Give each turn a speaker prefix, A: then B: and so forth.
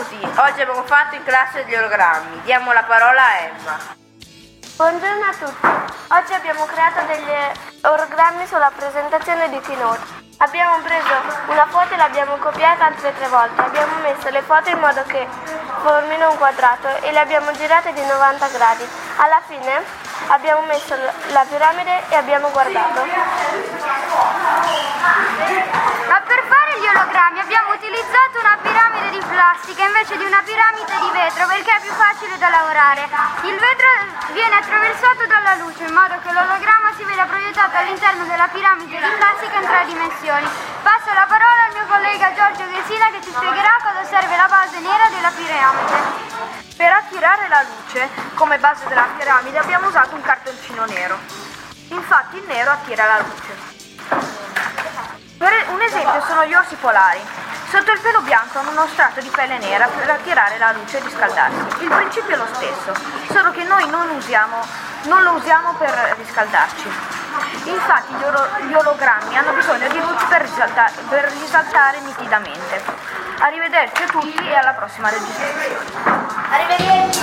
A: tutti, oggi abbiamo fatto in classe gli ologrammi. Diamo la parola a Emma.
B: Buongiorno a tutti, oggi abbiamo creato degli ologrammi sulla presentazione di Keynote. Abbiamo preso una foto e l'abbiamo copiata altre 3 volte, abbiamo messo le foto in modo che formino un quadrato e le abbiamo girate di 90 gradi. Alla fine abbiamo messo la piramide e abbiamo guardato.
C: Ma per fare gli ologrammi abbiamo utilizzato una piramide di plastica invece di una piramide di vetro perché è più facile da lavorare. Il vetro viene attraversato dalla luce in modo che l'ologramma si veda proiettato all'interno della piramide di plastica in 3 dimensioni. Passo la parola al mio collega Giorgio Ghesina che ci spiegherà cosa serve la base nera della piramide.
D: Per attirare la luce, come base della piramide, abbiamo usato un cartoncino nero. Infatti il nero attira la luce. Un esempio sono gli orsi polari. Sotto il pelo bianco hanno uno strato di pelle nera per attirare la luce e riscaldarsi. Il principio è lo stesso, solo che noi non lo usiamo per riscaldarci. Infatti gli ologrammi hanno bisogno di luce per risaltare nitidamente. Arrivederci a tutti e alla prossima registrazione.
A: Arrivederci.